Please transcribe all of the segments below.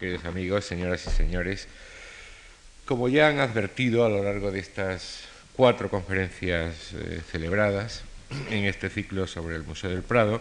queridos amigos, señoras y señores. Como ya han advertido a lo largo de estas 4 conferencias celebradas en este ciclo sobre el Museo del Prado,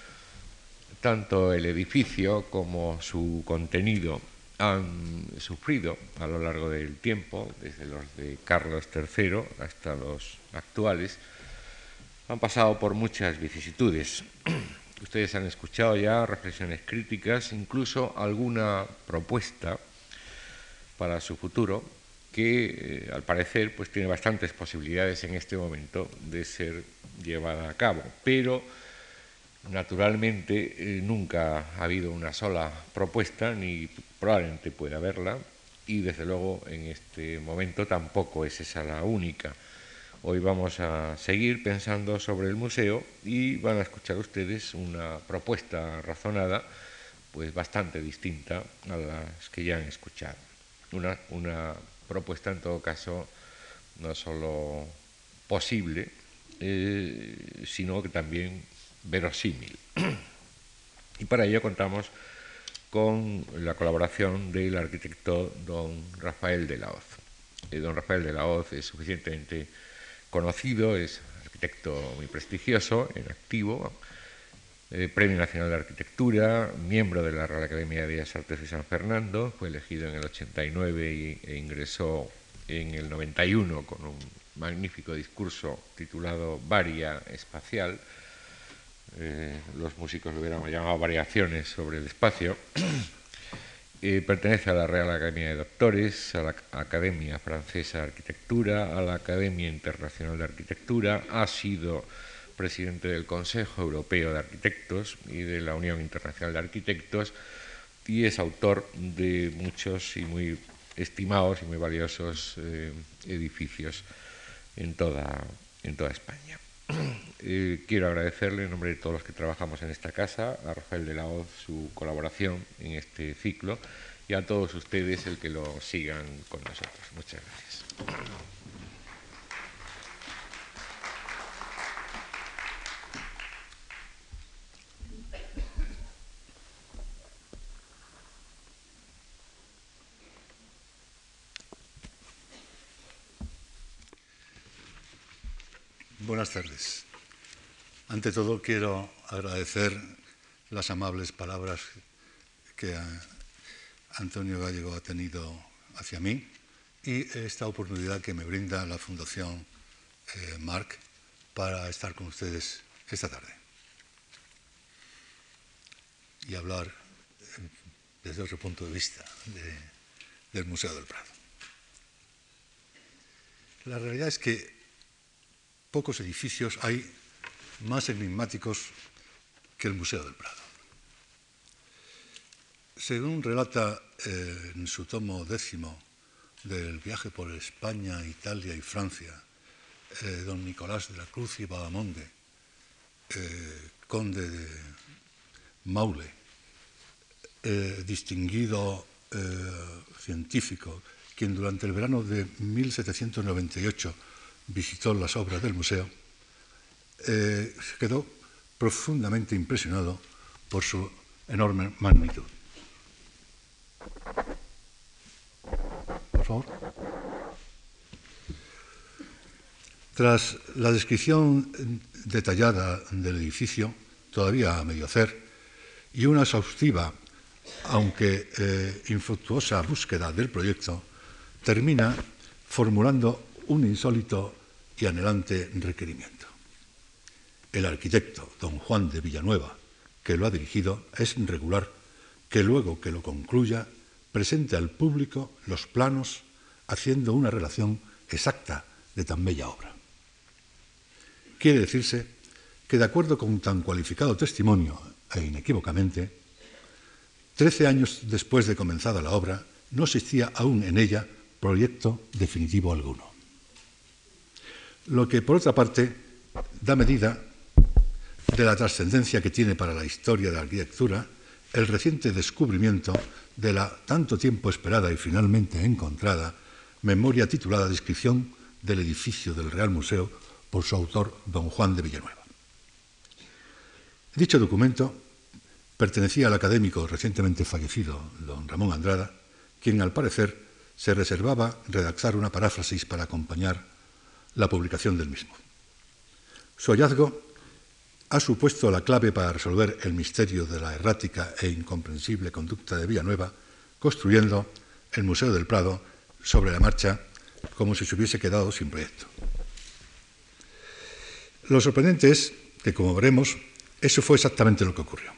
tanto el edificio como su contenido han sufrido a lo largo del tiempo, desde los de Carlos III hasta los actuales, han pasado por muchas vicisitudes. Ustedes han escuchado ya reflexiones críticas, incluso alguna propuesta para su futuro que, al parecer, pues tiene bastantes posibilidades en este momento de ser llevada a cabo. Pero, naturalmente, nunca ha habido una sola propuesta, ni probablemente pueda haberla, y desde luego en este momento tampoco es esa la única. Hoy vamos a seguir pensando sobre el museo y van a escuchar ustedes una propuesta razonada, pues bastante distinta a las que ya han escuchado. Una propuesta, en todo caso, no solo posible, sino que también verosímil. Y para ello contamos con la colaboración del arquitecto don Rafael de la Hoz. Don Rafael de la Hoz es suficientemente conocido, es arquitecto muy prestigioso, en activo, Premio Nacional de Arquitectura, miembro de la Real Academia de Bellas Artes de San Fernando, fue elegido en el 89 e ingresó en el 91 con un magnífico discurso titulado Varia Espacial. Los músicos lo hubiéramos llamado Variaciones sobre el espacio. Pertenece a la Real Academia de Doctores, a la Academia Francesa de Arquitectura, a la Academia Internacional de Arquitectura, ha sido presidente del Consejo Europeo de Arquitectos y de la Unión Internacional de Arquitectos y es autor de muchos y muy estimados y muy valiosos edificios en toda España. Quiero agradecerle en nombre de todos los que trabajamos en esta casa a Rafael de la Hoz su colaboración en este ciclo y a todos ustedes el que lo sigan con nosotros. Muchas gracias. Buenas tardes. Ante todo, quiero agradecer las amables palabras que Antonio Gallego ha tenido hacia mí y esta oportunidad que me brinda la Fundación Marc para estar con ustedes esta tarde y hablar desde otro punto de vista del Museo del Prado. La realidad es que pocos edificios hay más enigmáticos que el Museo del Prado. Según relata en su tomo 10 del viaje por España, Italia y Francia, don Nicolás de la Cruz y Bahamonde, conde de Maule, distinguido científico, quien durante el verano de 1798 visitó las obras del museo, quedó profundamente impresionado por su enorme magnitud. Por favor. Tras la descripción detallada del edificio, todavía a medio hacer, y una exhaustiva, aunque infructuosa búsqueda del proyecto, termina formulando un insólito y anhelante requerimiento. El arquitecto, don Juan de Villanueva, que lo ha dirigido, es regular que luego que lo concluya presente al público los planos haciendo una relación exacta de tan bella obra. Quiere decirse que, de acuerdo con tan cualificado testimonio e inequívocamente, 13 años después de comenzada la obra, no existía aún en ella proyecto definitivo alguno. Lo que, por otra parte, da medida de la trascendencia que tiene para la historia de la arquitectura el reciente descubrimiento de la tanto tiempo esperada y finalmente encontrada memoria titulada Descripción del edificio del Real Museo por su autor, don Juan de Villanueva. Dicho documento pertenecía al académico recientemente fallecido, don Ramón Andrada, quien al parecer se reservaba redactar una paráfrasis para acompañar la publicación del mismo. Su hallazgo ha supuesto la clave para resolver el misterio de la errática e incomprensible conducta de Villanueva, construyendo el Museo del Prado sobre la marcha como si se hubiese quedado sin proyecto. Lo sorprendente es que, como veremos, eso fue exactamente lo que ocurrió.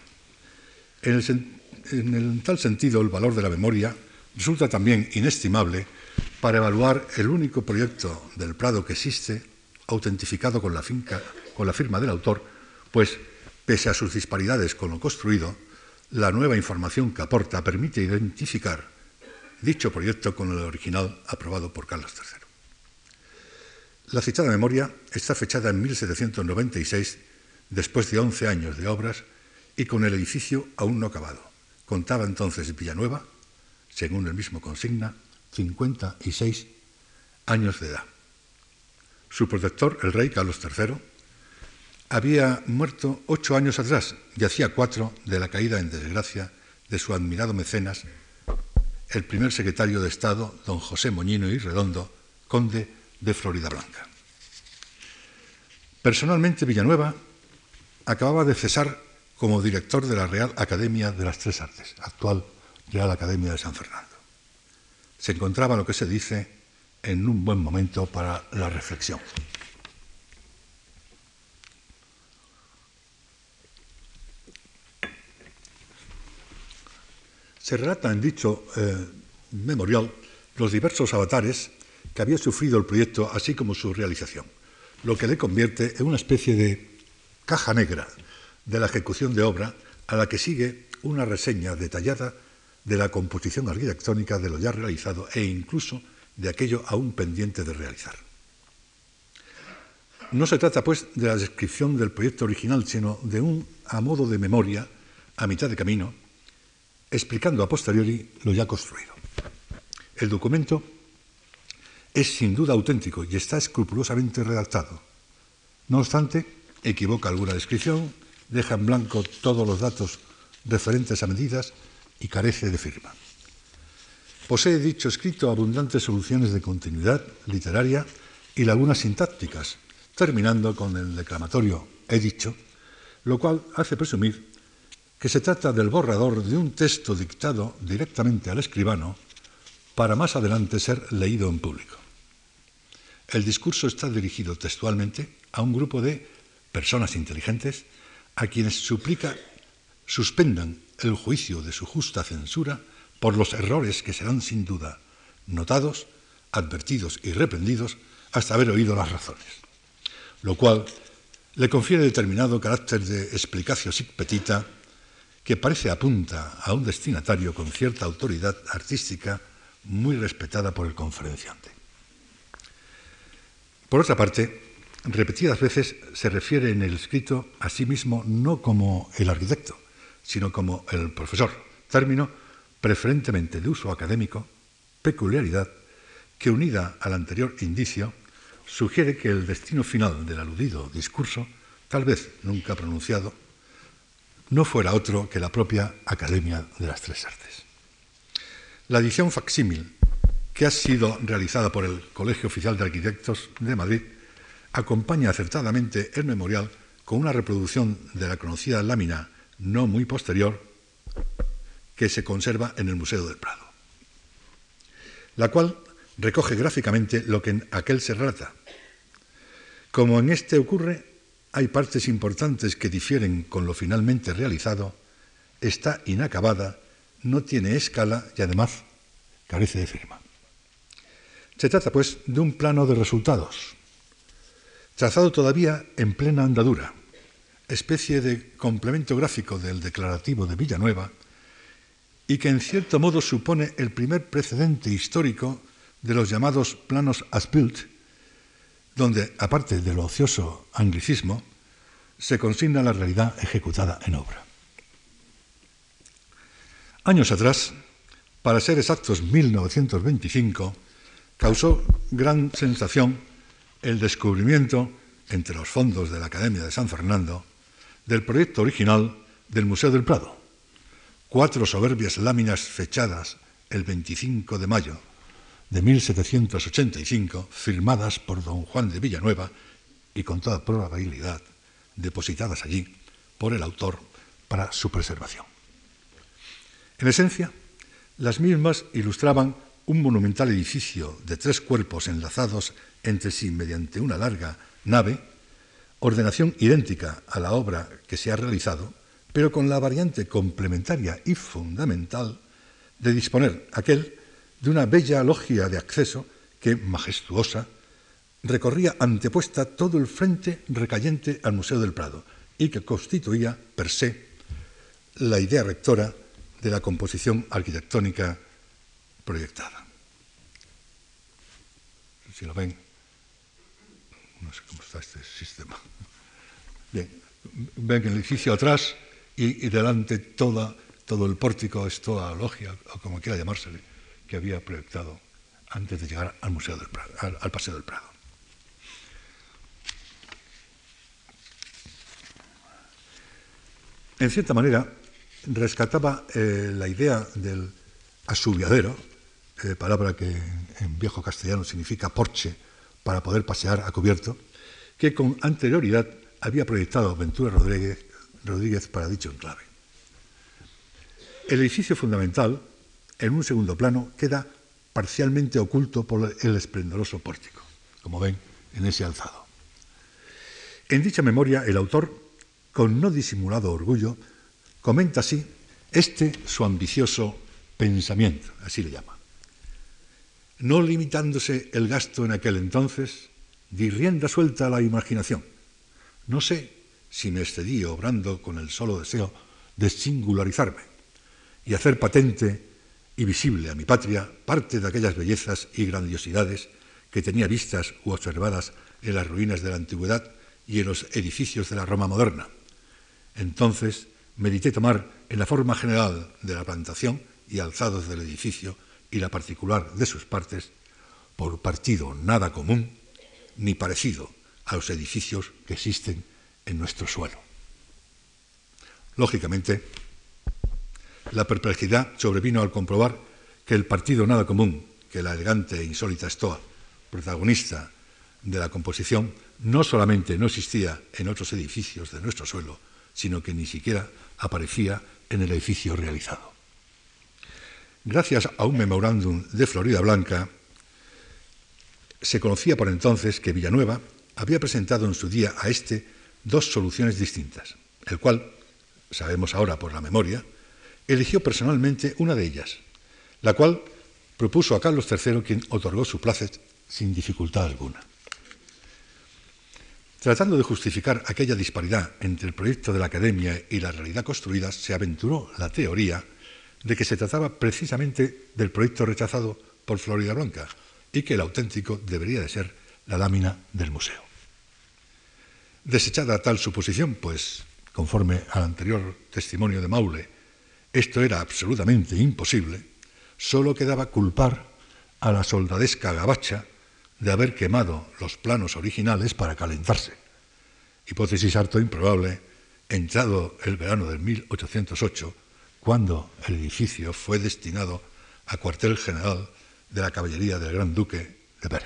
En tal sentido, el valor de la memoria resulta también inestimable para evaluar el único proyecto del Prado que existe, autentificado con la firma del autor, pues, pese a sus disparidades con lo construido, la nueva información que aporta permite identificar dicho proyecto con el original aprobado por Carlos III. La citada memoria está fechada en 1796, después de 11 años de obras y con el edificio aún no acabado. Contaba entonces Villanueva, según el mismo consigna, 56 años de edad. Su protector, el rey Carlos III, había muerto 8 años atrás y hacía 4 de la caída en desgracia de su admirado mecenas, el primer secretario de Estado, don José Moñino y Redondo, conde de Floridablanca. Personalmente, Villanueva acababa de cesar como director de la Real Academia de las Tres Artes, actual Real Academia de San Fernando. Se encontraba, lo que se dice, en un buen momento para la reflexión. Se relata en dicho memorial los diversos avatares que había sufrido el proyecto, así como su realización, lo que le convierte en una especie de caja negra de la ejecución de obra, a la que sigue una reseña detallada de la composición arquitectónica de lo ya realizado e incluso de aquello aún pendiente de realizar. No se trata, pues, de la descripción del proyecto original, sino de un a modo de memoria, a mitad de camino, explicando a posteriori lo ya construido. El documento es sin duda auténtico y está escrupulosamente redactado. No obstante, equivoca alguna descripción, deja en blanco todos los datos referentes a medidas y carece de firma. Posee dicho escrito abundantes soluciones de continuidad literaria y lagunas sintácticas, terminando con el declamatorio «he dicho», lo cual hace presumir que se trata del borrador de un texto dictado directamente al escribano para más adelante ser leído en público. El discurso está dirigido textualmente a un grupo de personas inteligentes a quienes suplica suspendan el juicio de su justa censura por los errores que serán sin duda notados, advertidos y reprendidos hasta haber oído las razones, lo cual le confiere determinado carácter de explicatio sic petita que parece apunta a un destinatario con cierta autoridad artística muy respetada por el conferenciante. Por otra parte, repetidas veces se refiere en el escrito a sí mismo no como el arquitecto, sino como el profesor, término preferentemente de uso académico, peculiaridad que, unida al anterior indicio, sugiere que el destino final del aludido discurso, tal vez nunca pronunciado, no fuera otro que la propia Academia de las Tres Artes. La edición facsímil, que ha sido realizada por el Colegio Oficial de Arquitectos de Madrid, acompaña acertadamente el memorial con una reproducción de la conocida lámina no muy posterior que se conserva en el Museo del Prado, la cual recoge gráficamente lo que en aquel se relata. Como en este ocurre, hay partes importantes que difieren con lo finalmente realizado, está inacabada, no tiene escala y además carece de firma. Se trata, pues, de un plano de resultados, trazado todavía en plena andadura, especie de complemento gráfico del declarativo de Villanueva y que en cierto modo supone el primer precedente histórico de los llamados planos as-built, donde, aparte del ocioso anglicismo, se consigna la realidad ejecutada en obra. Años atrás, para ser exactos 1925, causó gran sensación el descubrimiento, entre los fondos de la Academia de San Fernando, del proyecto original del Museo del Prado, 4 soberbias láminas fechadas el 25 de mayo de 1785, firmadas por don Juan de Villanueva y con toda probabilidad depositadas allí por el autor para su preservación. En esencia, las mismas ilustraban un monumental edificio de 3 cuerpos enlazados entre sí mediante una larga nave, ordenación idéntica a la obra que se ha realizado, pero con la variante complementaria y fundamental de disponer aquel de una bella logia de acceso que, majestuosa, recorría antepuesta todo el frente recayente al Museo del Prado y que constituía, per se, la idea rectora de la composición arquitectónica proyectada. Si lo ven, no sé cómo está este sistema. Bien, ven el edificio atrás y delante todo el pórtico, es toda la logia, o como quiera llamársele, que había proyectado antes de llegar al Museo del Prado, al Paseo del Prado. En cierta manera, rescataba la idea del asubiadero, palabra que en viejo castellano significa porche para poder pasear a cubierto, que con anterioridad había proyectado Ventura Rodríguez para dicho enclave. El edificio fundamental, en un segundo plano, queda parcialmente oculto por el esplendoroso pórtico, como ven en ese alzado. En dicha memoria, el autor, con no disimulado orgullo, comenta así su ambicioso pensamiento, así le llama. No limitándose el gasto en aquel entonces, di rienda suelta a la imaginación. No sé si me excedí obrando con el solo deseo de singularizarme y hacer patente y visible a mi patria parte de aquellas bellezas y grandiosidades que tenía vistas u observadas en las ruinas de la antigüedad y en los edificios de la Roma moderna. Entonces medité tomar en la forma general de la plantación y alzados del edificio y la particular de sus partes, por partido nada común ni parecido a los edificios que existen en nuestro suelo. Lógicamente, la perplejidad sobrevino al comprobar que el partido nada común, que la elegante e insólita estoa, protagonista de la composición, no solamente no existía en otros edificios de nuestro suelo, sino que ni siquiera aparecía en el edificio realizado. Gracias a un memorándum de Florida Blanca, se conocía por entonces que Villanueva había presentado en su día a 2 soluciones distintas, el cual, sabemos ahora por la memoria, eligió personalmente una de ellas, la cual propuso a Carlos III, quien otorgó su plácet sin dificultad alguna. Tratando de justificar aquella disparidad entre el proyecto de la Academia y la realidad construida, se aventuró la teoría de que se trataba precisamente del proyecto rechazado por Florida Blanca y que el auténtico debería de ser la lámina del museo. Desechada tal suposición, pues, conforme al anterior testimonio de Maule, esto era absolutamente imposible, solo quedaba culpar a la soldadesca gabacha de haber quemado los planos originales para calentarse. Hipótesis harto improbable, entrado el verano del 1808, cuando el edificio fue destinado a cuartel general de la caballería del Gran Duque de Berg.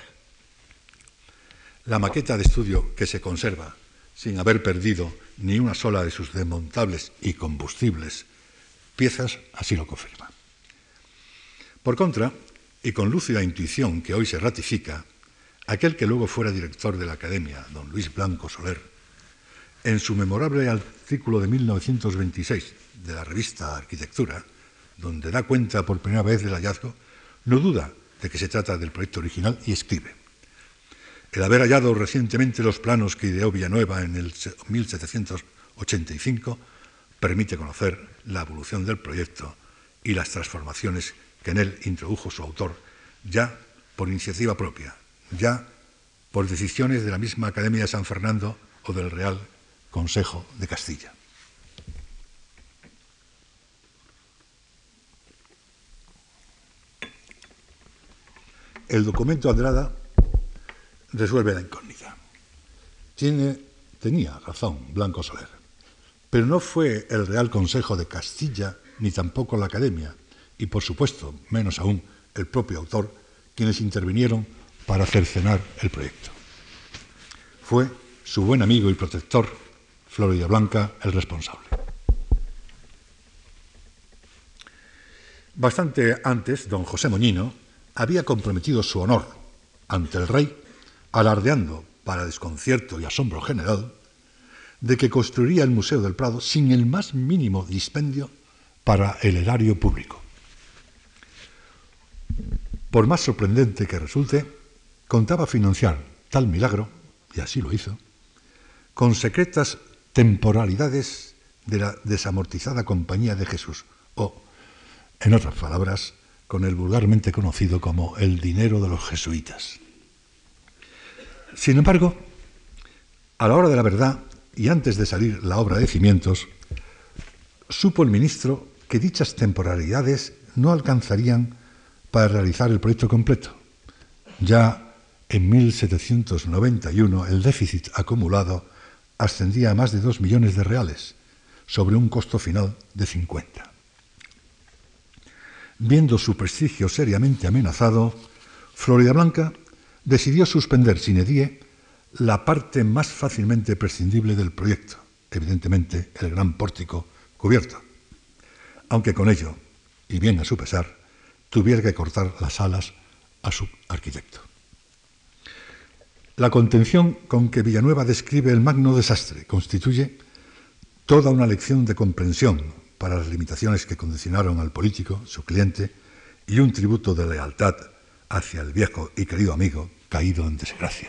La maqueta de estudio que se conserva, sin haber perdido ni una sola de sus desmontables y combustibles piezas, así lo confirma. Por contra, y con lúcida intuición que hoy se ratifica, aquel que luego fuera director de la Academia, don Luis Blanco Soler, en su memorable artículo de 1926 de la revista Arquitectura, donde da cuenta por primera vez del hallazgo, no duda de que se trata del proyecto original y escribe: el haber hallado recientemente los planos que ideó Villanueva en el 1785 permite conocer la evolución del proyecto y las transformaciones que en él introdujo su autor, ya por iniciativa propia, ya por decisiones de la misma Academia de San Fernando o del Real Consejo de Castilla. El documento Andrada resuelve la incógnita. Tenía razón Blanco Soler, pero no fue el Real Consejo de Castilla ni tampoco la Academia, y por supuesto, menos aún, el propio autor, quienes intervinieron para cercenar el proyecto. Fue su buen amigo y protector, Floridablanca, el responsable. Bastante antes, don José Moñino había comprometido su honor ante el rey, alardeando, para desconcierto y asombro general, de que construiría el Museo del Prado sin el más mínimo dispendio para el erario público. Por más sorprendente que resulte, contaba financiar tal milagro, y así lo hizo, con secretas temporalidades de la desamortizada Compañía de Jesús, o, en otras palabras, con el vulgarmente conocido como el dinero de los jesuitas. Sin embargo, a la hora de la verdad, y antes de salir la obra de cimientos, supo el ministro que dichas temporalidades no alcanzarían para realizar el proyecto completo. Ya en 1791 el déficit acumulado ascendía a más de 2 millones de reales, sobre un costo final de 50. Viendo su prestigio seriamente amenazado, Floridablanca decidió suspender sine die la parte más fácilmente prescindible del proyecto, evidentemente el gran pórtico cubierto, aunque con ello, y bien a su pesar, tuviera que cortar las alas a su arquitecto. La contención con que Villanueva describe el magno desastre constituye toda una lección de comprensión para las limitaciones que condicionaron al político, su cliente, y un tributo de lealtad hacia el viejo y querido amigo caído en desgracia.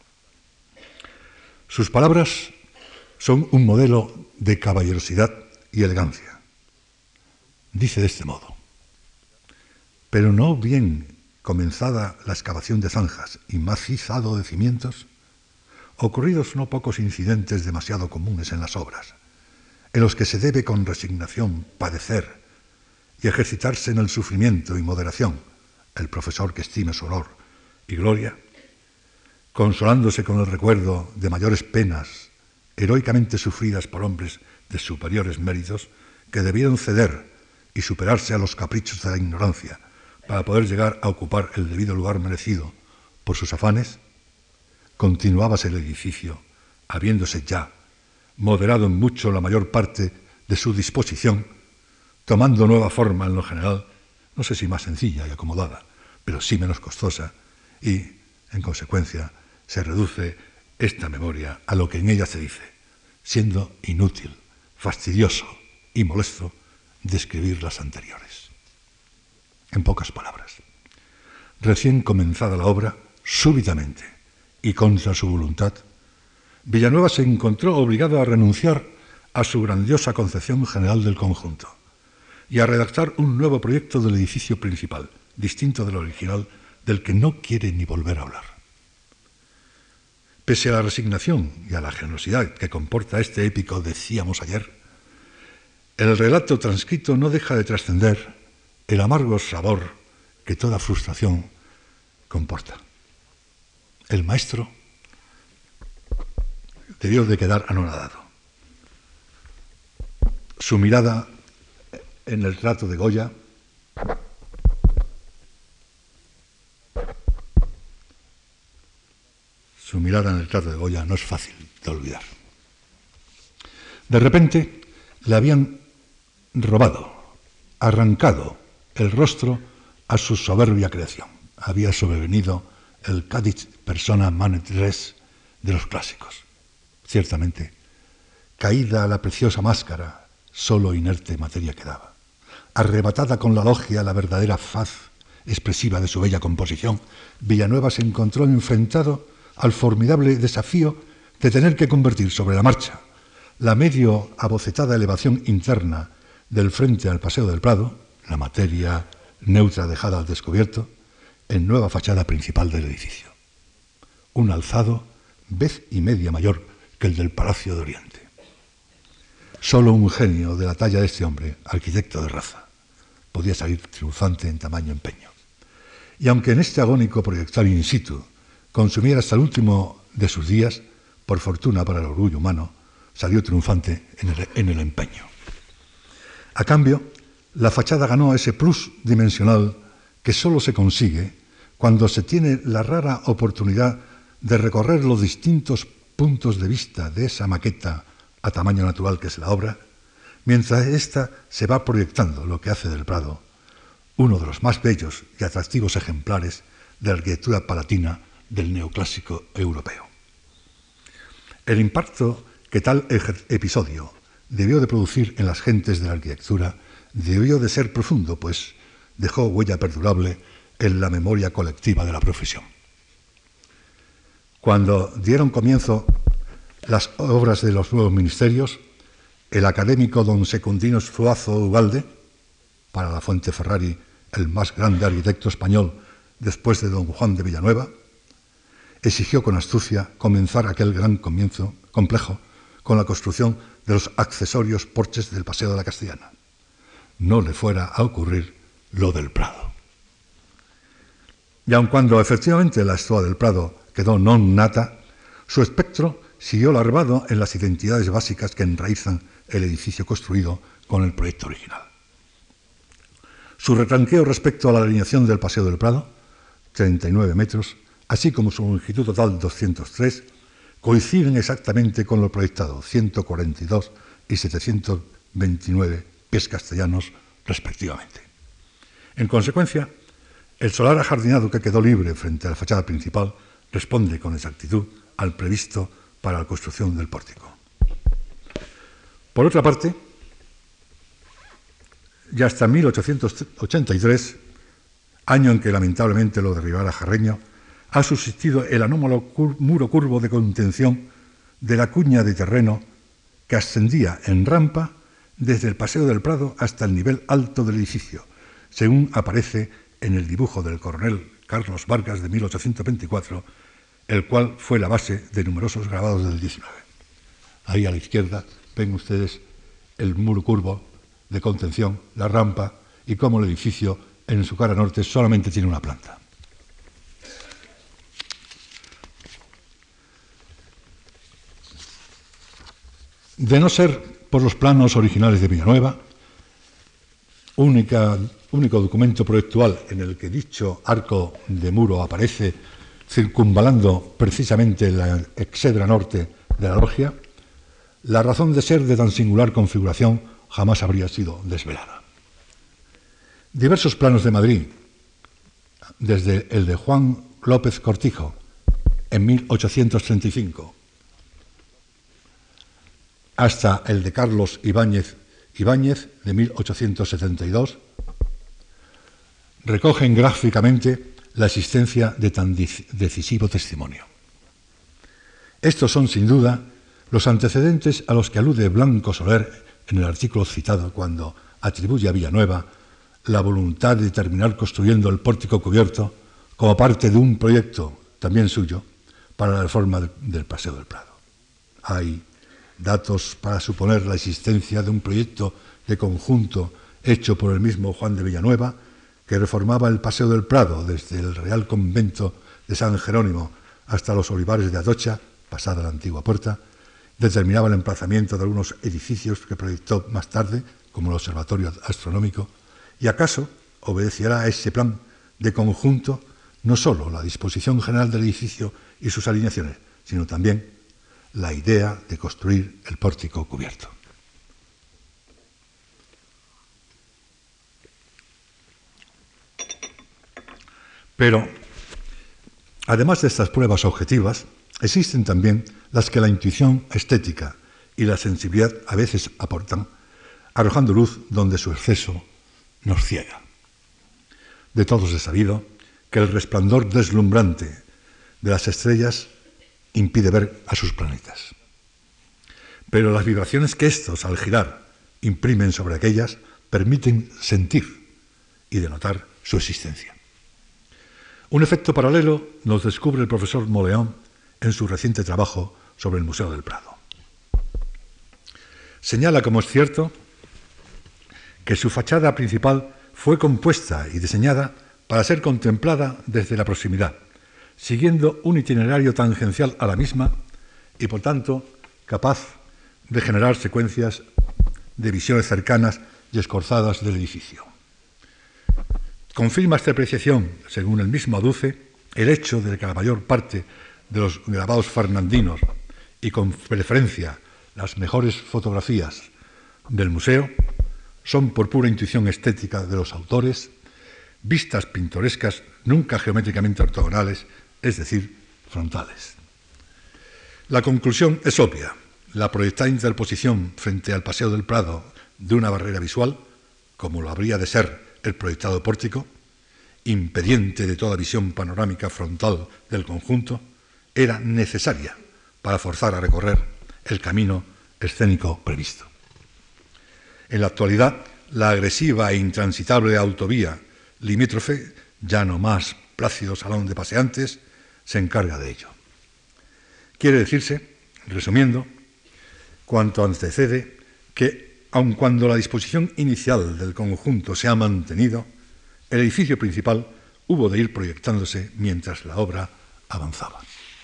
Sus palabras son un modelo de caballerosidad y elegancia. Dice de este modo: pero no bien comenzada la excavación de zanjas y macizado de cimientos, ocurridos no pocos incidentes demasiado comunes en las obras, en los que se debe con resignación padecer y ejercitarse en el sufrimiento y moderación el profesor que estime su honor y gloria, consolándose con el recuerdo de mayores penas heroicamente sufridas por hombres de superiores méritos que debieron ceder y superarse a los caprichos de la ignorancia para poder llegar a ocupar el debido lugar merecido por sus afanes, continuábase el edificio, habiéndose ya moderado en mucho la mayor parte de su disposición, tomando nueva forma en lo general, no sé si más sencilla y acomodada, pero sí menos costosa, y, en consecuencia, se reduce esta memoria a lo que en ella se dice, siendo inútil, fastidioso y molesto describir las anteriores. En pocas palabras, recién comenzada la obra, súbitamente y contra su voluntad, Villanueva se encontró obligado a renunciar a su grandiosa concepción general del conjunto y a redactar un nuevo proyecto del edificio principal, distinto del original, del que no quiere ni volver a hablar. Pese a la resignación y a la generosidad que comporta este épico, decíamos ayer, el relato transcrito no deja de trascender el amargo sabor que toda frustración comporta. El maestro debió de quedar anonadado. Su mirada en el retrato de Goya no es fácil de olvidar. De repente le habían robado, arrancado el rostro a su soberbia creación. Había sobrevenido el Cadiz persona manet res de los clásicos. Ciertamente, caída la preciosa máscara, solo inerte materia quedaba. Arrebatada con la logia la verdadera faz expresiva de su bella composición, Villanueva se encontró enfrentado al formidable desafío de tener que convertir sobre la marcha la medio abocetada elevación interna del frente al Paseo del Prado, la materia neutra dejada al descubierto, en nueva fachada principal del edificio. Un alzado vez y media mayor que el del Palacio de Oriente. Solo un genio de la talla de este hombre, arquitecto de raza, podía salir triunfante en tamaño empeño. Y aunque en este agónico proyectar in situ consumiera hasta el último de sus días, por fortuna para el orgullo humano, salió triunfante en el empeño. A cambio, la fachada ganó ese plus dimensional que sólo se consigue cuando se tiene la rara oportunidad de recorrer los distintos puntos de vista de esa maqueta a tamaño natural que es la obra, mientras ésta se va proyectando, lo que hace del Prado uno de los más bellos y atractivos ejemplares de la arquitectura palatina del neoclásico europeo. El impacto que tal episodio debió de producir en las gentes de la arquitectura debió de ser profundo, pues dejó huella perdurable en la memoria colectiva de la profesión. Cuando dieron comienzo las obras de los nuevos ministerios, el académico don Secundino Zuazo Ugalde, para la Fuente Ferrari el más grande arquitecto español después de don Juan de Villanueva, exigió con astucia comenzar aquel gran complejo con la construcción de los accesorios porches del Paseo de la Castellana. No le fuera a ocurrir lo del Prado. Y aun cuando efectivamente la estoa del Prado quedó non nata, su espectro siguió larvado en las identidades básicas que enraizan el edificio construido con el proyecto original. Su retranqueo respecto a la alineación del Paseo del Prado, 39 metros, así como su longitud total, 203, coinciden exactamente con lo proyectado, 142 y 729 pies castellanos, respectivamente. En consecuencia, el solar ajardinado que quedó libre frente a la fachada principal responde con exactitud al previsto para la construcción del pórtico. Por otra parte, ya hasta 1883, año en que lamentablemente lo derribara Jarreño, ha subsistido el anómalo muro curvo de contención de la cuña de terreno que ascendía en rampa desde el Paseo del Prado hasta el nivel alto del edificio, según aparece en el dibujo del coronel Carlos Vargas de 1824, el cual fue la base de numerosos grabados del 19. Ahí a la izquierda ven ustedes el muro curvo de contención, la rampa y cómo el edificio en su cara norte solamente tiene una planta. De no ser por los planos originales de Villanueva, único documento proyectual en el que dicho arco de muro aparece circunvalando precisamente la exedra norte de la logia, la razón de ser de tan singular configuración jamás habría sido desvelada. Diversos planos de Madrid, desde el de Juan López Cortijo en 1835 hasta el de Carlos Ibáñez de 1872, recogen gráficamente la existencia de tan decisivo testimonio. Estos son, sin duda, los antecedentes a los que alude Blanco Soler en el artículo citado cuando atribuye a Villanueva la voluntad de terminar construyendo el pórtico cubierto como parte de un proyecto también suyo para la reforma del Paseo del Prado. Hay datos para suponer la existencia de un proyecto de conjunto hecho por el mismo Juan de Villanueva que reformaba el Paseo del Prado desde el Real Convento de San Jerónimo hasta los Olivares de Atocha, pasada la antigua puerta, determinaba el emplazamiento de algunos edificios que proyectó más tarde, como el Observatorio Astronómico, y acaso obedecerá a ese plan de conjunto no sólo la disposición general del edificio y sus alineaciones, sino también la idea de construir el pórtico cubierto. Pero, además de estas pruebas objetivas, existen también las que la intuición estética y la sensibilidad a veces aportan, arrojando luz donde su exceso nos ciega. De todos es sabido que el resplandor deslumbrante de las estrellas impide ver a sus planetas. Pero las vibraciones que estos, al girar, imprimen sobre aquellas, permiten sentir y denotar su existencia. Un efecto paralelo nos descubre el profesor Moleón en su reciente trabajo sobre el Museo del Prado. Señala, como es cierto, que su fachada principal fue compuesta y diseñada para ser contemplada desde la proximidad, siguiendo un itinerario tangencial a la misma y, por tanto, capaz de generar secuencias de visiones cercanas y escorzadas del edificio. Confirma esta apreciación, según él mismo aduce, el hecho de que la mayor parte de los grabados fernandinos y con preferencia las mejores fotografías del museo son por pura intuición estética de los autores, vistas pintorescas nunca geométricamente ortogonales, es decir, frontales. La conclusión es obvia. La proyectada interposición frente al Paseo del Prado de una barrera visual, como lo habría de ser el proyectado pórtico, impediente de toda visión panorámica frontal del conjunto, era necesaria para forzar a recorrer el camino escénico previsto. En la actualidad, la agresiva e intransitable autovía limítrofe, ya no más plácido salón de paseantes, se encarga de ello. Quiere decirse, resumiendo, cuanto antecede, que aun cuando la disposición inicial del conjunto se ha mantenido, el edificio principal hubo de ir proyectándose mientras la obra avanzaba.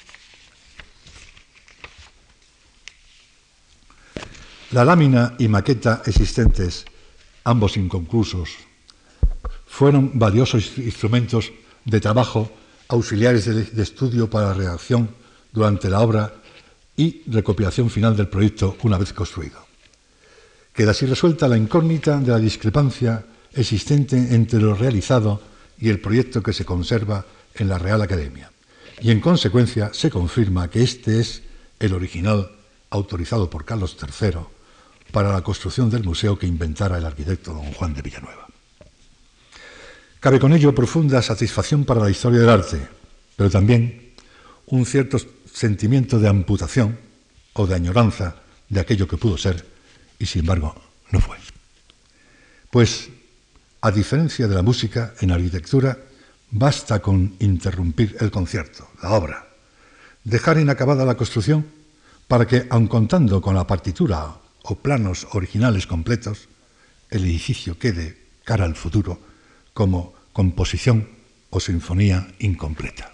La lámina y maqueta existentes, ambos inconclusos, fueron valiosos instrumentos de trabajo auxiliares de estudio para la redacción durante la obra y recopilación final del proyecto una vez construido. Queda así resuelta la incógnita de la discrepancia existente entre lo realizado y el proyecto que se conserva en la Real Academia, y en consecuencia se confirma que este es el original autorizado por Carlos III para la construcción del museo que inventara el arquitecto don Juan de Villanueva. Cabe con ello profunda satisfacción para la historia del arte, pero también un cierto sentimiento de amputación o de añoranza de aquello que pudo ser y sin embargo no fue. Pues, a diferencia de la música, en arquitectura basta con interrumpir el concierto, la obra, dejar inacabada la construcción para que, aun contando con la partitura o planos originales completos, el edificio quede cara al futuro como composición o sinfonía incompleta.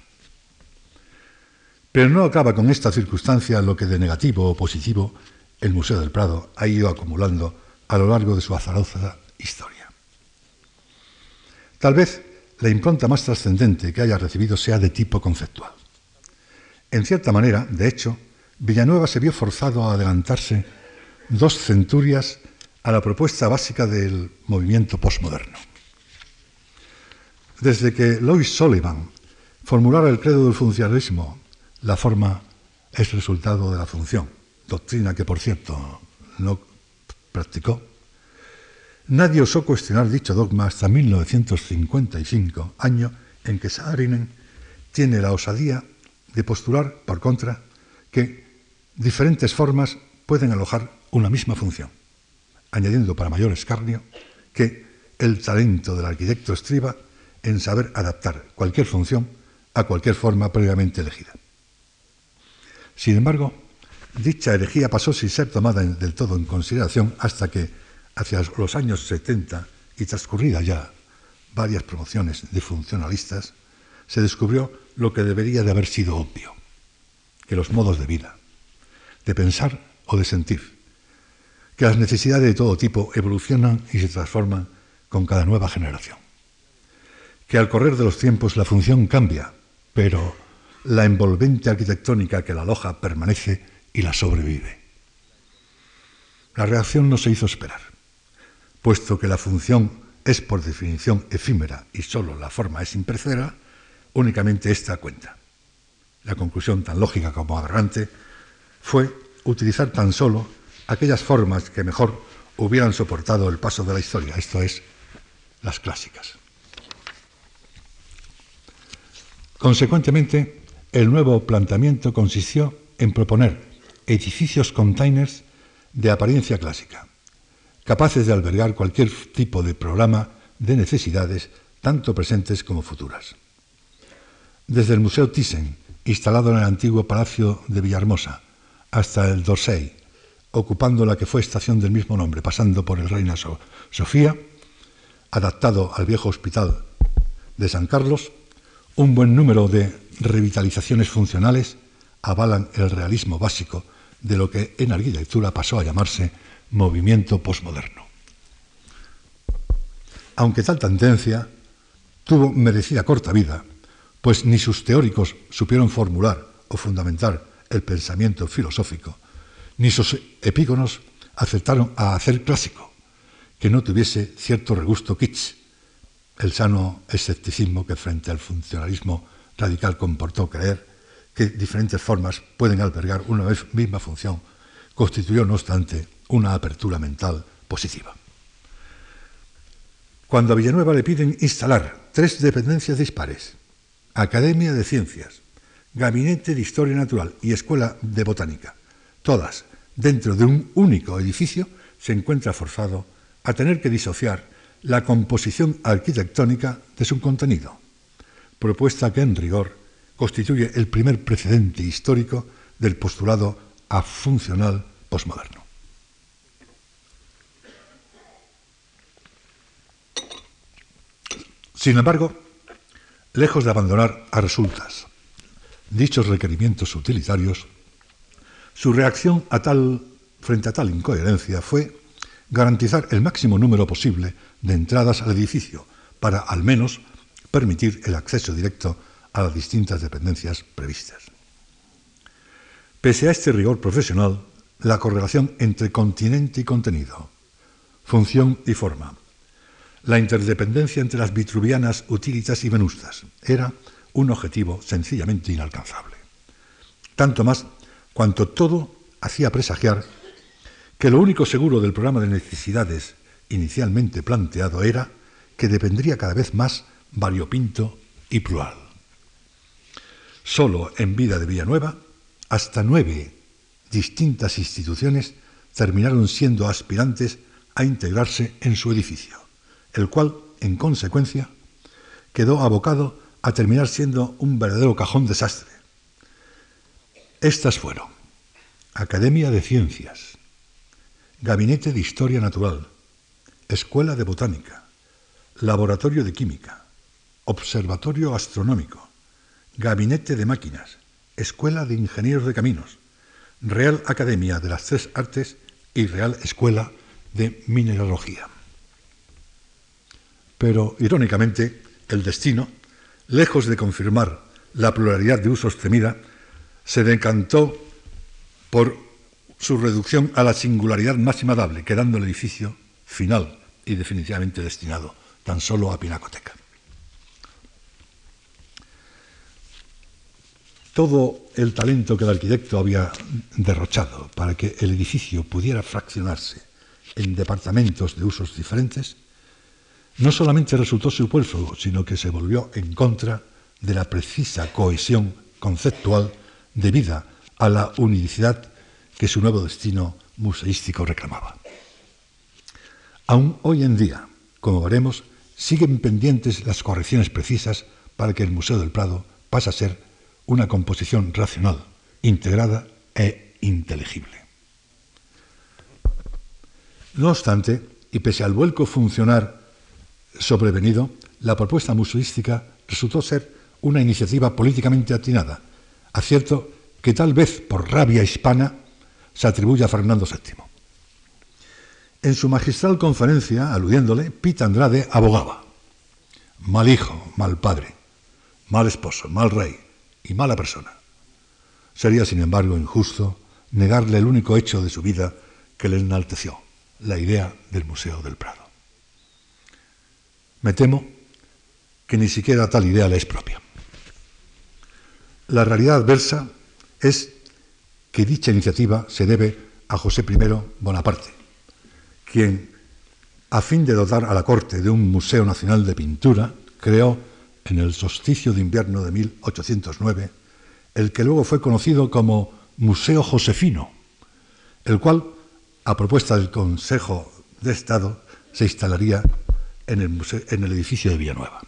Pero no acaba con esta circunstancia lo que de negativo o positivo el Museo del Prado ha ido acumulando a lo largo de su azarosa historia. Tal vez la impronta más trascendente que haya recibido sea de tipo conceptual. En cierta manera, de hecho, Villanueva se vio forzado a adelantarse 2 centurias a la propuesta básica del movimiento postmoderno. Desde que Lois Sullivan formulara el credo del funcionalismo, la forma es resultado de la función, doctrina que, por cierto, no practicó, nadie osó cuestionar dicho dogma hasta 1955, año en que Saarinen tiene la osadía de postular, por contra, que diferentes formas pueden alojar una misma función, añadiendo para mayor escarnio que el talento del arquitecto estriba en saber adaptar cualquier función a cualquier forma previamente elegida. Sin embargo, dicha herejía pasó sin ser tomada del todo en consideración hasta que, hacia los años 70 y transcurrida ya varias promociones de funcionalistas, se descubrió lo que debería de haber sido obvio, que los modos de vida, de pensar o de sentir, que las necesidades de todo tipo evolucionan y se transforman con cada nueva generación, que al correr de los tiempos la función cambia, pero la envolvente arquitectónica que la aloja permanece y la sobrevive. La reacción no se hizo esperar, puesto que la función es por definición efímera y sólo la forma es imperecedera, únicamente esta cuenta. La conclusión tan lógica como aberrante fue utilizar tan solo aquellas formas que mejor hubieran soportado el paso de la historia, esto es, las clásicas. Consecuentemente, el nuevo planteamiento consistió en proponer edificios containers de apariencia clásica, capaces de albergar cualquier tipo de programa de necesidades, tanto presentes como futuras. Desde el Museo Thyssen, instalado en el antiguo Palacio de Villahermosa, hasta el d'Orsay, ocupando la que fue estación del mismo nombre, pasando por el Reina Sofía, adaptado al viejo Hospital de San Carlos, un buen número de revitalizaciones funcionales avalan el realismo básico de lo que en arquitectura pasó a llamarse movimiento postmoderno. aunque tal tendencia tuvo merecida corta vida, pues ni sus teóricos supieron formular o fundamentar el pensamiento filosófico, ni sus epígonos acertaron a hacer clásico, que no tuviese cierto regusto kitsch, el sano escepticismo que frente al funcionalismo radical comportó creer que diferentes formas pueden albergar una misma función, constituyó, no obstante, una apertura mental positiva. Cuando a Villanueva le piden instalar 3 dependencias dispares, Academia de Ciencias, Gabinete de Historia Natural y Escuela de Botánica, todas dentro de un único edificio, se encuentra forzado a tener que disociar la composición arquitectónica de su contenido, propuesta que en rigor constituye el primer precedente histórico del postulado afuncional posmoderno. Sin embargo, lejos de abandonar a resultas dichos requerimientos utilitarios, su reacción frente a tal incoherencia fue garantizar el máximo número posible de entradas al edificio para, al menos, permitir el acceso directo a las distintas dependencias previstas. Pese a este rigor profesional, la correlación entre continente y contenido, función y forma, la interdependencia entre las vitruvianas utilitas y venustas, era un objetivo sencillamente inalcanzable. Tanto más cuanto todo hacía presagiar que lo único seguro del programa de necesidades inicialmente planteado era que dependría cada vez más variopinto y plural. Solo en vida de Villanueva, hasta 9 distintas instituciones terminaron siendo aspirantes a integrarse en su edificio, el cual, en consecuencia, quedó abocado a terminar siendo un verdadero cajón desastre. Estas fueron Academia de Ciencias, Gabinete de Historia Natural, Escuela de Botánica, Laboratorio de Química, Observatorio Astronómico, Gabinete de Máquinas, Escuela de Ingenieros de Caminos, Real Academia de las 3 Artes y Real Escuela de Mineralogía. Pero, irónicamente, el destino, lejos de confirmar la pluralidad de usos temida, se decantó por su reducción a la singularidad máxima dable, quedando el edificio final y definitivamente destinado tan solo a pinacoteca. Todo el talento que el arquitecto había derrochado para que el edificio pudiera fraccionarse en departamentos de usos diferentes, no solamente resultó superfluo, sino que se volvió en contra de la precisa cohesión conceptual debida a la unicidad que su nuevo destino museístico reclamaba. Aún hoy en día, como veremos, siguen pendientes las correcciones precisas para que el Museo del Prado pase a ser una composición racional, integrada e inteligible. No obstante, y pese al vuelco funcional sobrevenido, la propuesta museística resultó ser una iniciativa políticamente atinada, acierto que tal vez por rabia hispana se atribuye a Fernando VII. En su magistral conferencia, aludiéndole, Pita Andrade abogaba: mal hijo, mal padre, mal esposo, mal rey y mala persona. Sería, sin embargo, injusto negarle el único hecho de su vida que le enalteció, la idea del Museo del Prado. Me temo que ni siquiera tal idea le es propia. La realidad adversa es que dicha iniciativa se debe a José I Bonaparte, quien, a fin de dotar a la corte de un Museo Nacional de Pintura, creó en el solsticio de invierno de 1809 el que luego fue conocido como Museo Josefino, el cual, a propuesta del Consejo de Estado, se instalaría en el edificio de Villanueva.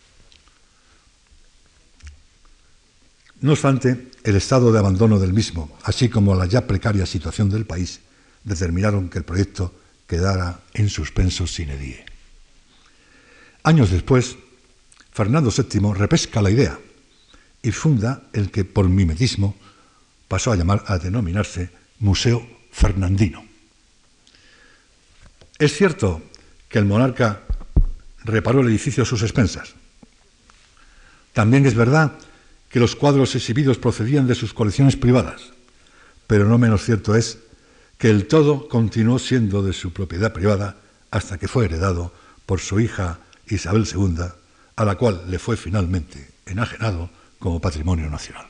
No obstante, el estado de abandono del mismo, así como la ya precaria situación del país, determinaron que el proyecto quedara en suspenso sine die. Años después, Fernando VII repesca la idea y funda el que por mimetismo pasó a denominarse Museo Fernandino. Es cierto que el monarca reparó el edificio a sus expensas. También es verdad que los cuadros exhibidos procedían de sus colecciones privadas, pero no menos cierto es que el todo continuó siendo de su propiedad privada hasta que fue heredado por su hija Isabel II, a la cual le fue finalmente enajenado como patrimonio nacional.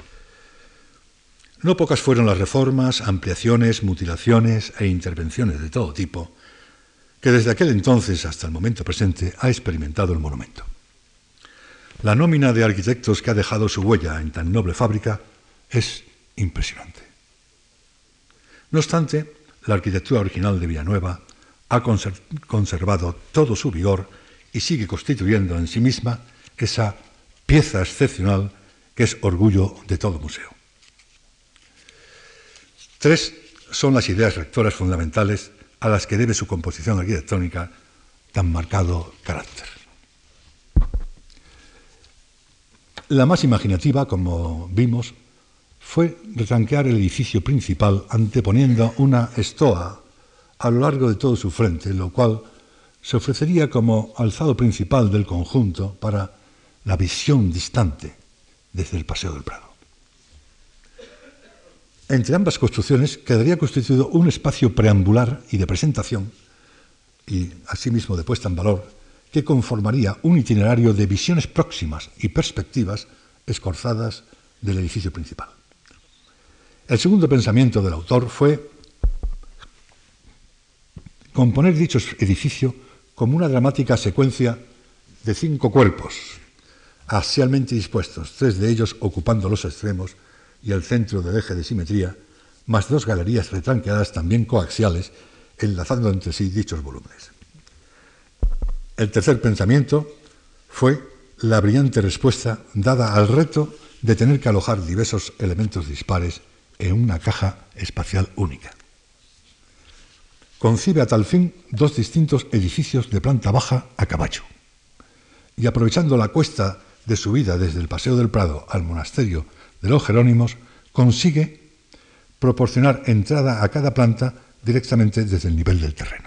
No pocas fueron las reformas, ampliaciones, mutilaciones e intervenciones de todo tipo que desde aquel entonces hasta el momento presente ha experimentado el monumento. La nómina de arquitectos que ha dejado su huella en tan noble fábrica es impresionante. No obstante, la arquitectura original de Villanueva ha conservado todo su vigor y sigue constituyendo en sí misma esa pieza excepcional que es orgullo de todo museo. 3 son las ideas rectoras fundamentales a las que debe su composición arquitectónica tan marcado carácter. La más imaginativa, como vimos, fue retranquear el edificio principal anteponiendo una estoa a lo largo de todo su frente, lo cual se ofrecería como alzado principal del conjunto para la visión distante desde el Paseo del Prado. Entre ambas construcciones quedaría constituido un espacio preambular y de presentación, y asimismo de puesta en valor, que conformaría un itinerario de visiones próximas y perspectivas escorzadas del edificio principal. El segundo pensamiento del autor fue componer dicho edificio como una dramática secuencia de 5 cuerpos, axialmente dispuestos, 3 de ellos ocupando los extremos y el centro del eje de simetría, más 2 galerías retranqueadas también coaxiales, enlazando entre sí dichos volúmenes. El tercer pensamiento fue la brillante respuesta dada al reto de tener que alojar diversos elementos dispares en una caja espacial única. Concibe a tal fin 2 distintos edificios de planta baja a caballo, y aprovechando la cuesta de subida desde el Paseo del Prado al monasterio de los Jerónimos, consigue proporcionar entrada a cada planta directamente desde el nivel del terreno.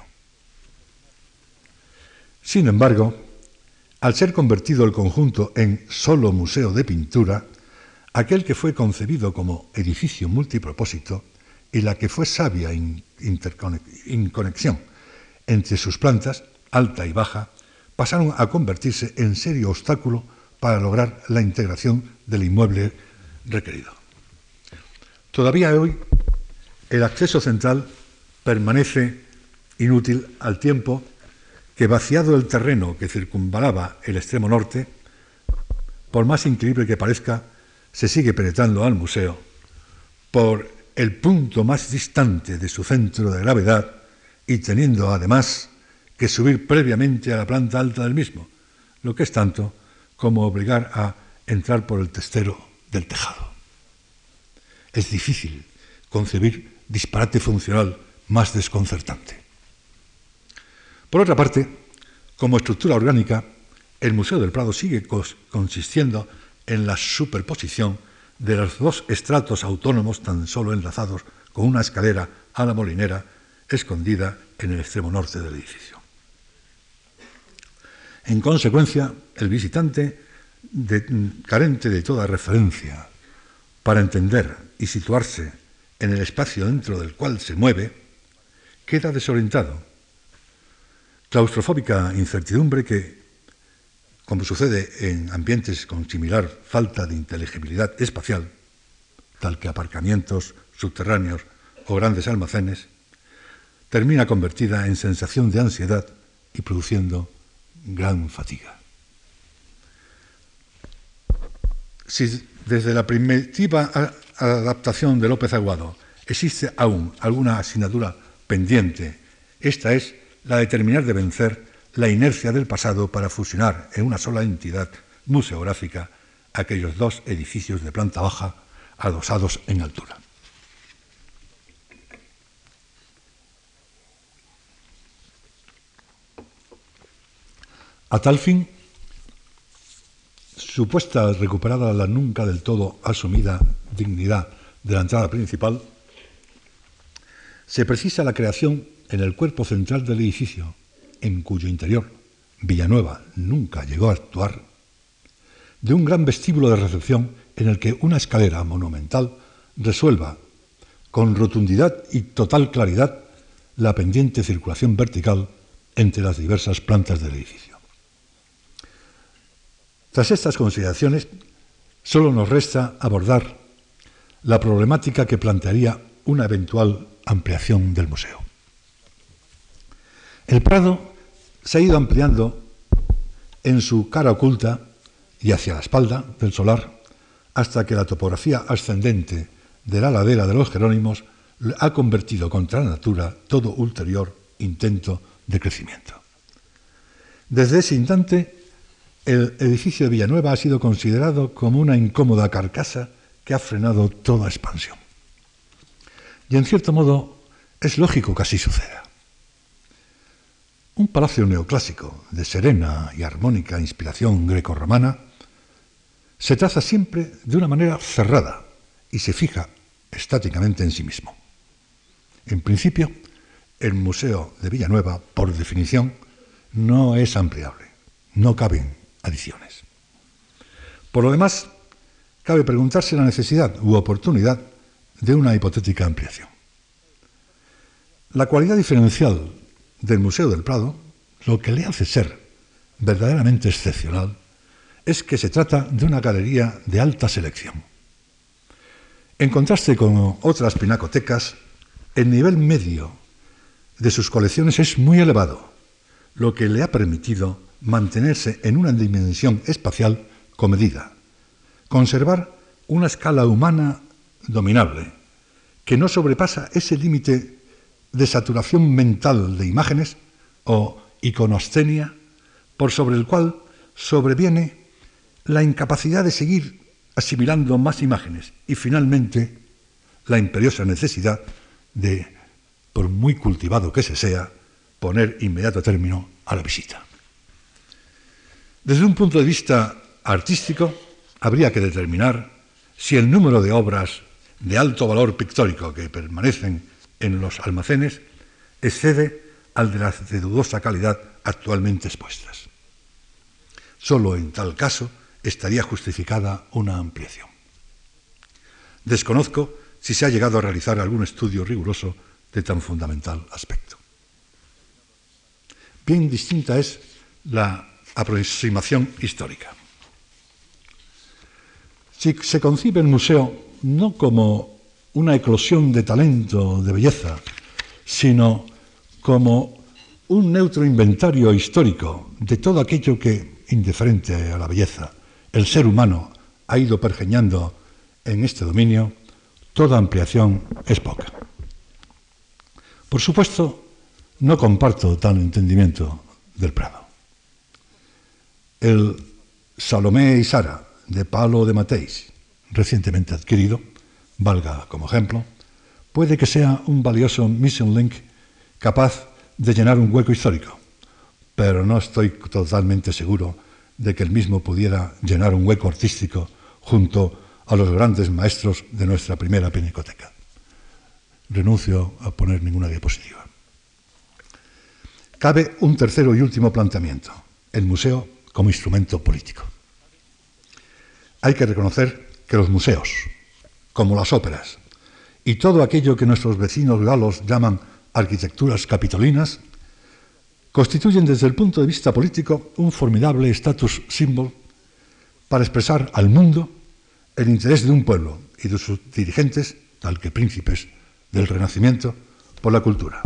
Sin embargo, al ser convertido el conjunto en solo museo de pintura, aquel que fue concebido como edificio multipropósito y la que fue sabia inconexión entre sus plantas, alta y baja, pasaron a convertirse en serio obstáculo para lograr la integración del inmueble requerido. Todavía hoy, el acceso central permanece inútil al tiempo que, vaciado el terreno que circunvalaba el extremo norte, por más increíble que parezca, se sigue penetrando al museo por el punto más distante de su centro de gravedad y teniendo además que subir previamente a la planta alta del mismo, lo que es tanto como obligar a entrar por el testero del tejado. Es difícil concebir disparate funcional más desconcertante. Por otra parte, como estructura orgánica, el Museo del Prado sigue consistiendo en la superposición de los 2 estratos autónomos tan solo enlazados con una escalera a la molinera escondida en el extremo norte del edificio. En consecuencia, el visitante, carente de toda referencia para entender y situarse en el espacio dentro del cual se mueve, queda desorientado. Claustrofóbica incertidumbre que, como sucede en ambientes con similar falta de inteligibilidad espacial, tal que aparcamientos subterráneos o grandes almacenes, termina convertida en sensación de ansiedad y produciendo gran fatiga. Si desde la primitiva adaptación de López Aguado existe aún alguna asignatura pendiente, esta es la de terminar de vencer la inercia del pasado para fusionar en una sola entidad museográfica aquellos 2 edificios de planta baja adosados en altura. A tal fin, supuesta recuperada la nunca del todo asumida dignidad de la entrada principal, se precisa la creación en el cuerpo central del edificio, en cuyo interior, Villanueva nunca llegó a actuar, de un gran vestíbulo de recepción en el que una escalera monumental resuelva con rotundidad y total claridad la pendiente circulación vertical entre las diversas plantas del edificio. Tras estas consideraciones, solo nos resta abordar la problemática que plantearía una eventual ampliación del museo. El Prado se ha ido ampliando en su cara oculta y hacia la espalda del solar hasta que la topografía ascendente de la ladera de los Jerónimos ha convertido contra la natura todo ulterior intento de crecimiento. Desde ese instante, el edificio de Villanueva ha sido considerado como una incómoda carcasa que ha frenado toda expansión. Y en cierto modo es lógico que así suceda. Un palacio neoclásico de serena y armónica inspiración grecorromana se traza siempre de una manera cerrada y se fija estáticamente en sí mismo. En principio, el Museo de Villanueva, por definición, no es ampliable, no caben adiciones. Por lo demás, cabe preguntarse la necesidad u oportunidad de una hipotética ampliación. La cualidad diferencial del Museo del Prado, lo que le hace ser verdaderamente excepcional, es que se trata de una galería de alta selección. En contraste con otras pinacotecas, el nivel medio de sus colecciones es muy elevado, lo que le ha permitido mantenerse en una dimensión espacial comedida, conservar una escala humana dominable, que no sobrepasa ese límite de saturación mental de imágenes o iconostenia, por sobre el cual sobreviene la incapacidad de seguir asimilando más imágenes y finalmente la imperiosa necesidad de, por muy cultivado que se sea, poner inmediato término a la visita. Desde un punto de vista artístico, habría que determinar si el número de obras de alto valor pictórico que permanecen en los almacenes excede al de las de dudosa calidad actualmente expuestas. Solo en tal caso estaría justificada una ampliación. Desconozco si se ha llegado a realizar algún estudio riguroso de tan fundamental aspecto. Bien distinta es la aproximación histórica. Si se concibe el museo no como una eclosión de talento, de belleza, sino como un neutro inventario histórico de todo aquello que, indiferente a la belleza, el ser humano ha ido pergeñando en este dominio, toda ampliación es poca. Por supuesto, no comparto tal entendimiento del Prado. El Salomé y Sara de Paolo de Matteis, recientemente adquirido, valga como ejemplo, puede que sea un valioso missing link capaz de llenar un hueco histórico, pero no estoy totalmente seguro de que el mismo pudiera llenar un hueco artístico junto a los grandes maestros de nuestra primera pinacoteca. Renuncio a poner ninguna diapositiva. Cabe un tercero y último planteamiento, el museo como instrumento político. Hay que reconocer que los museos, como las óperas, y todo aquello que nuestros vecinos galos llaman arquitecturas capitolinas, constituyen desde el punto de vista político un formidable status symbol para expresar al mundo el interés de un pueblo y de sus dirigentes, tal que príncipes del Renacimiento, por la cultura.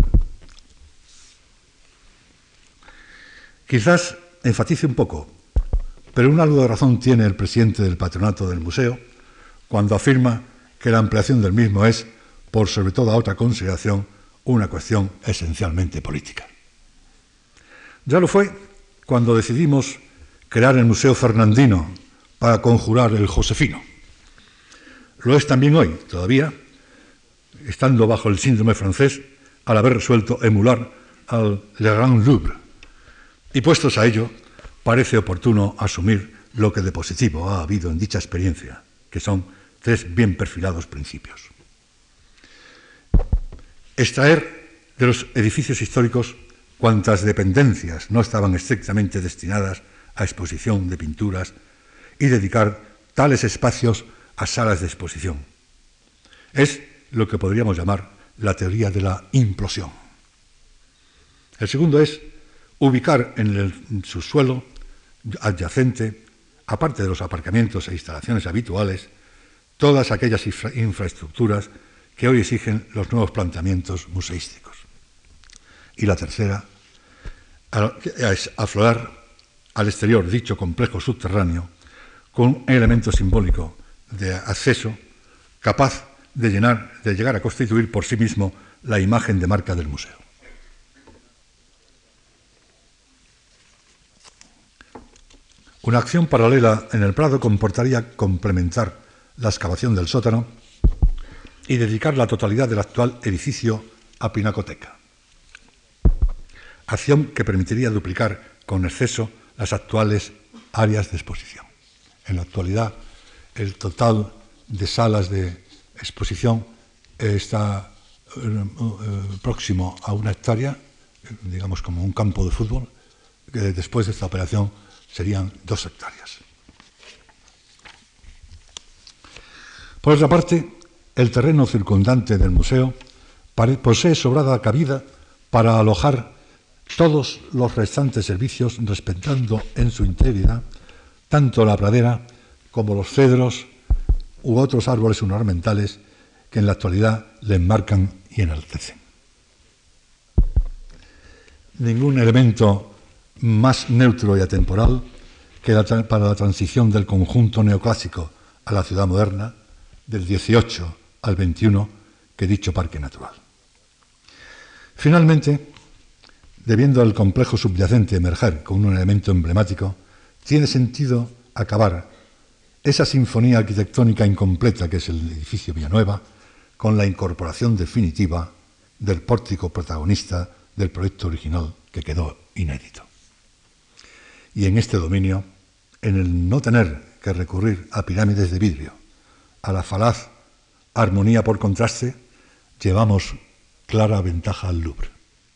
Quizás enfatice un poco, pero un algo de razón tiene el presidente del patronato del museo cuando afirma que la ampliación del mismo es, por sobre toda otra consideración, una cuestión esencialmente política. Ya lo fue cuando decidimos crear el Museo Fernandino para conjurar el josefino. Lo es también hoy, todavía, estando bajo el síndrome francés, al haber resuelto emular al Le Grand Louvre. Y puestos a ello, parece oportuno asumir lo que de positivo ha habido en dicha experiencia, que son 3 bien perfilados principios. Extraer de los edificios históricos cuantas dependencias no estaban estrictamente destinadas a exposición de pinturas y dedicar tales espacios a salas de exposición. Es lo que podríamos llamar la teoría de la implosión. El segundo es ubicar en el subsuelo adyacente, aparte de los aparcamientos e instalaciones habituales, todas aquellas infraestructuras que hoy exigen los nuevos planteamientos museísticos. Y la tercera es aflorar al exterior dicho complejo subterráneo con un elemento simbólico de acceso capaz de llegar a constituir por sí mismo la imagen de marca del museo. Una acción paralela en el Prado comportaría complementar la excavación del sótano y dedicar la totalidad del actual edificio a pinacoteca. Acción que permitiría duplicar con exceso las actuales áreas de exposición. En la actualidad, el total de salas de exposición está próximo a 1 hectárea, digamos como un campo de fútbol, que después de esta operación serían 2 hectáreas. Por otra parte, el terreno circundante del museo posee sobrada cabida para alojar todos los restantes servicios, respetando en su integridad tanto la pradera como los cedros u otros árboles ornamentales que en la actualidad le enmarcan y enaltecen. Ningún elemento más neutro y atemporal que para la transición del conjunto neoclásico a la ciudad moderna, del 18 al 21, que dicho parque natural. Finalmente, debiendo el complejo subyacente emerger con un elemento emblemático, tiene sentido acabar esa sinfonía arquitectónica incompleta que es el edificio Villanueva con la incorporación definitiva del pórtico protagonista del proyecto original que quedó inédito. Y en este dominio, en el no tener que recurrir a pirámides de vidrio, a la falaz armonía por contraste, llevamos clara ventaja al Louvre.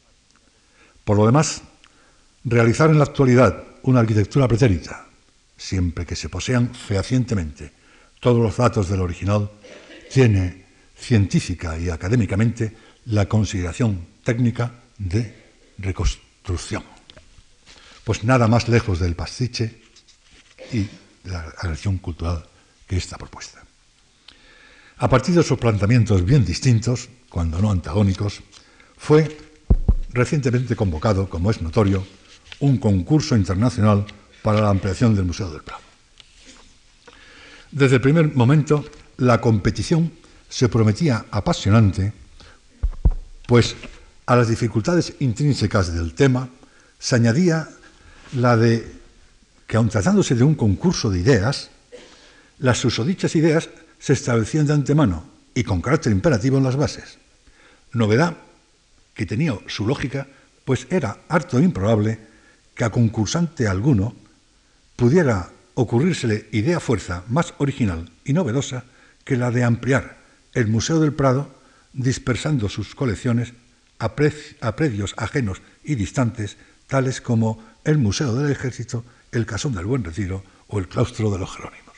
Por lo demás, realizar en la actualidad una arquitectura pretérita, siempre que se posean fehacientemente todos los datos del original, tiene científica y académicamente la consideración técnica de reconstrucción. Pues nada más lejos del pastiche y de la agresión cultural que esta propuesta. A partir de esos planteamientos bien distintos, cuando no antagónicos, fue recientemente convocado, como es notorio, un concurso internacional para la ampliación del Museo del Prado. Desde el primer momento, la competición se prometía apasionante, pues a las dificultades intrínsecas del tema se añadía la de que, aun tratándose de un concurso de ideas, las susodichas ideas se establecían de antemano y con carácter imperativo en las bases. Novedad que tenía su lógica, pues era harto improbable que a concursante alguno pudiera ocurrírsele idea fuerza más original y novedosa que la de ampliar el Museo del Prado dispersando sus colecciones a predios ajenos y distantes, tales como el Museo del Ejército, el Casón del Buen Retiro o el Claustro de los Jerónimos.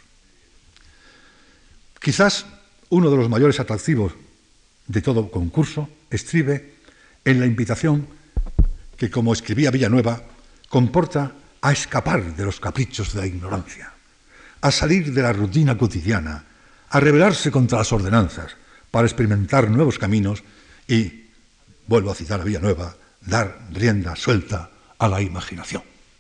Quizás uno de los mayores atractivos de todo concurso estribe en la invitación que, como escribía Villanueva, comporta a escapar de los caprichos de la ignorancia, a salir de la rutina cotidiana, a rebelarse contra las ordenanzas, para experimentar nuevos caminos y, vuelvo a citar a Villanueva, dar rienda suelta a la imaginación.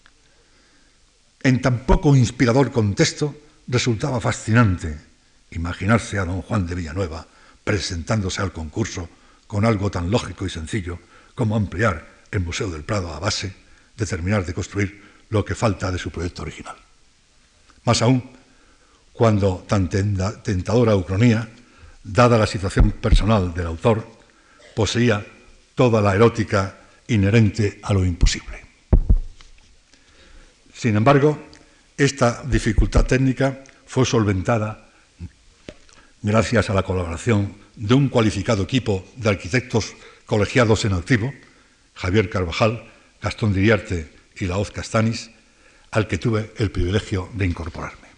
En tan poco inspirador contexto resultaba fascinante imaginarse a don Juan de Villanueva presentándose al concurso con algo tan lógico y sencillo como ampliar el Museo del Prado a base de terminar de construir lo que falta de su proyecto original. Más aún, cuando tan tentadora ucronía, dada la situación personal del autor, poseía toda la erótica inherente a lo imposible. Sin embargo, esta dificultad técnica fue solventada gracias a la colaboración de un cualificado equipo de arquitectos colegiados en activo, Javier Carvajal, Gastón Diriarte y Laoz Castanis, al que tuve el privilegio de incorporarme.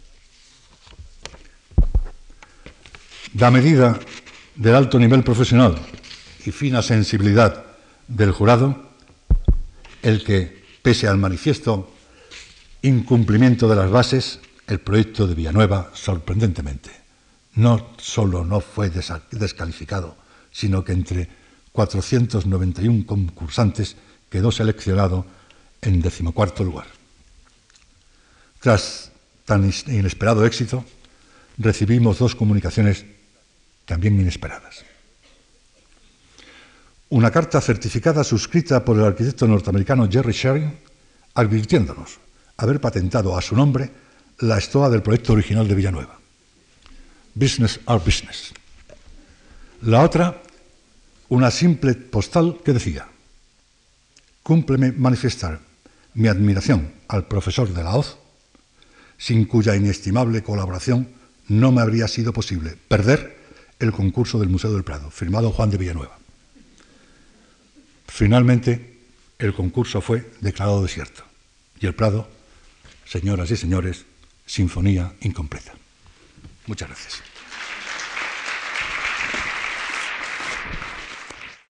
Da medida del alto nivel profesional y fina sensibilidad del jurado, el que, pese al manifiesto incumplimiento de las bases, el proyecto de Villanueva, sorprendentemente, no solo no fue descalificado, sino que entre 491 concursantes quedó seleccionado en 14º lugar. Tras tan inesperado éxito, recibimos dos comunicaciones también inesperadas. Una carta certificada suscrita por el arquitecto norteamericano Jerry Shering, advirtiéndonos haber patentado a su nombre la estoa del proyecto original de Villanueva. Business are business. La otra, una simple postal que decía: cúmpleme manifestar mi admiración al profesor de Laoz, sin cuya inestimable colaboración no me habría sido posible perder el concurso del Museo del Prado, firmado Juan de Villanueva. Finalmente, el concurso fue declarado desierto y el Prado, señoras y señores, sinfonía incompleta. Muchas gracias.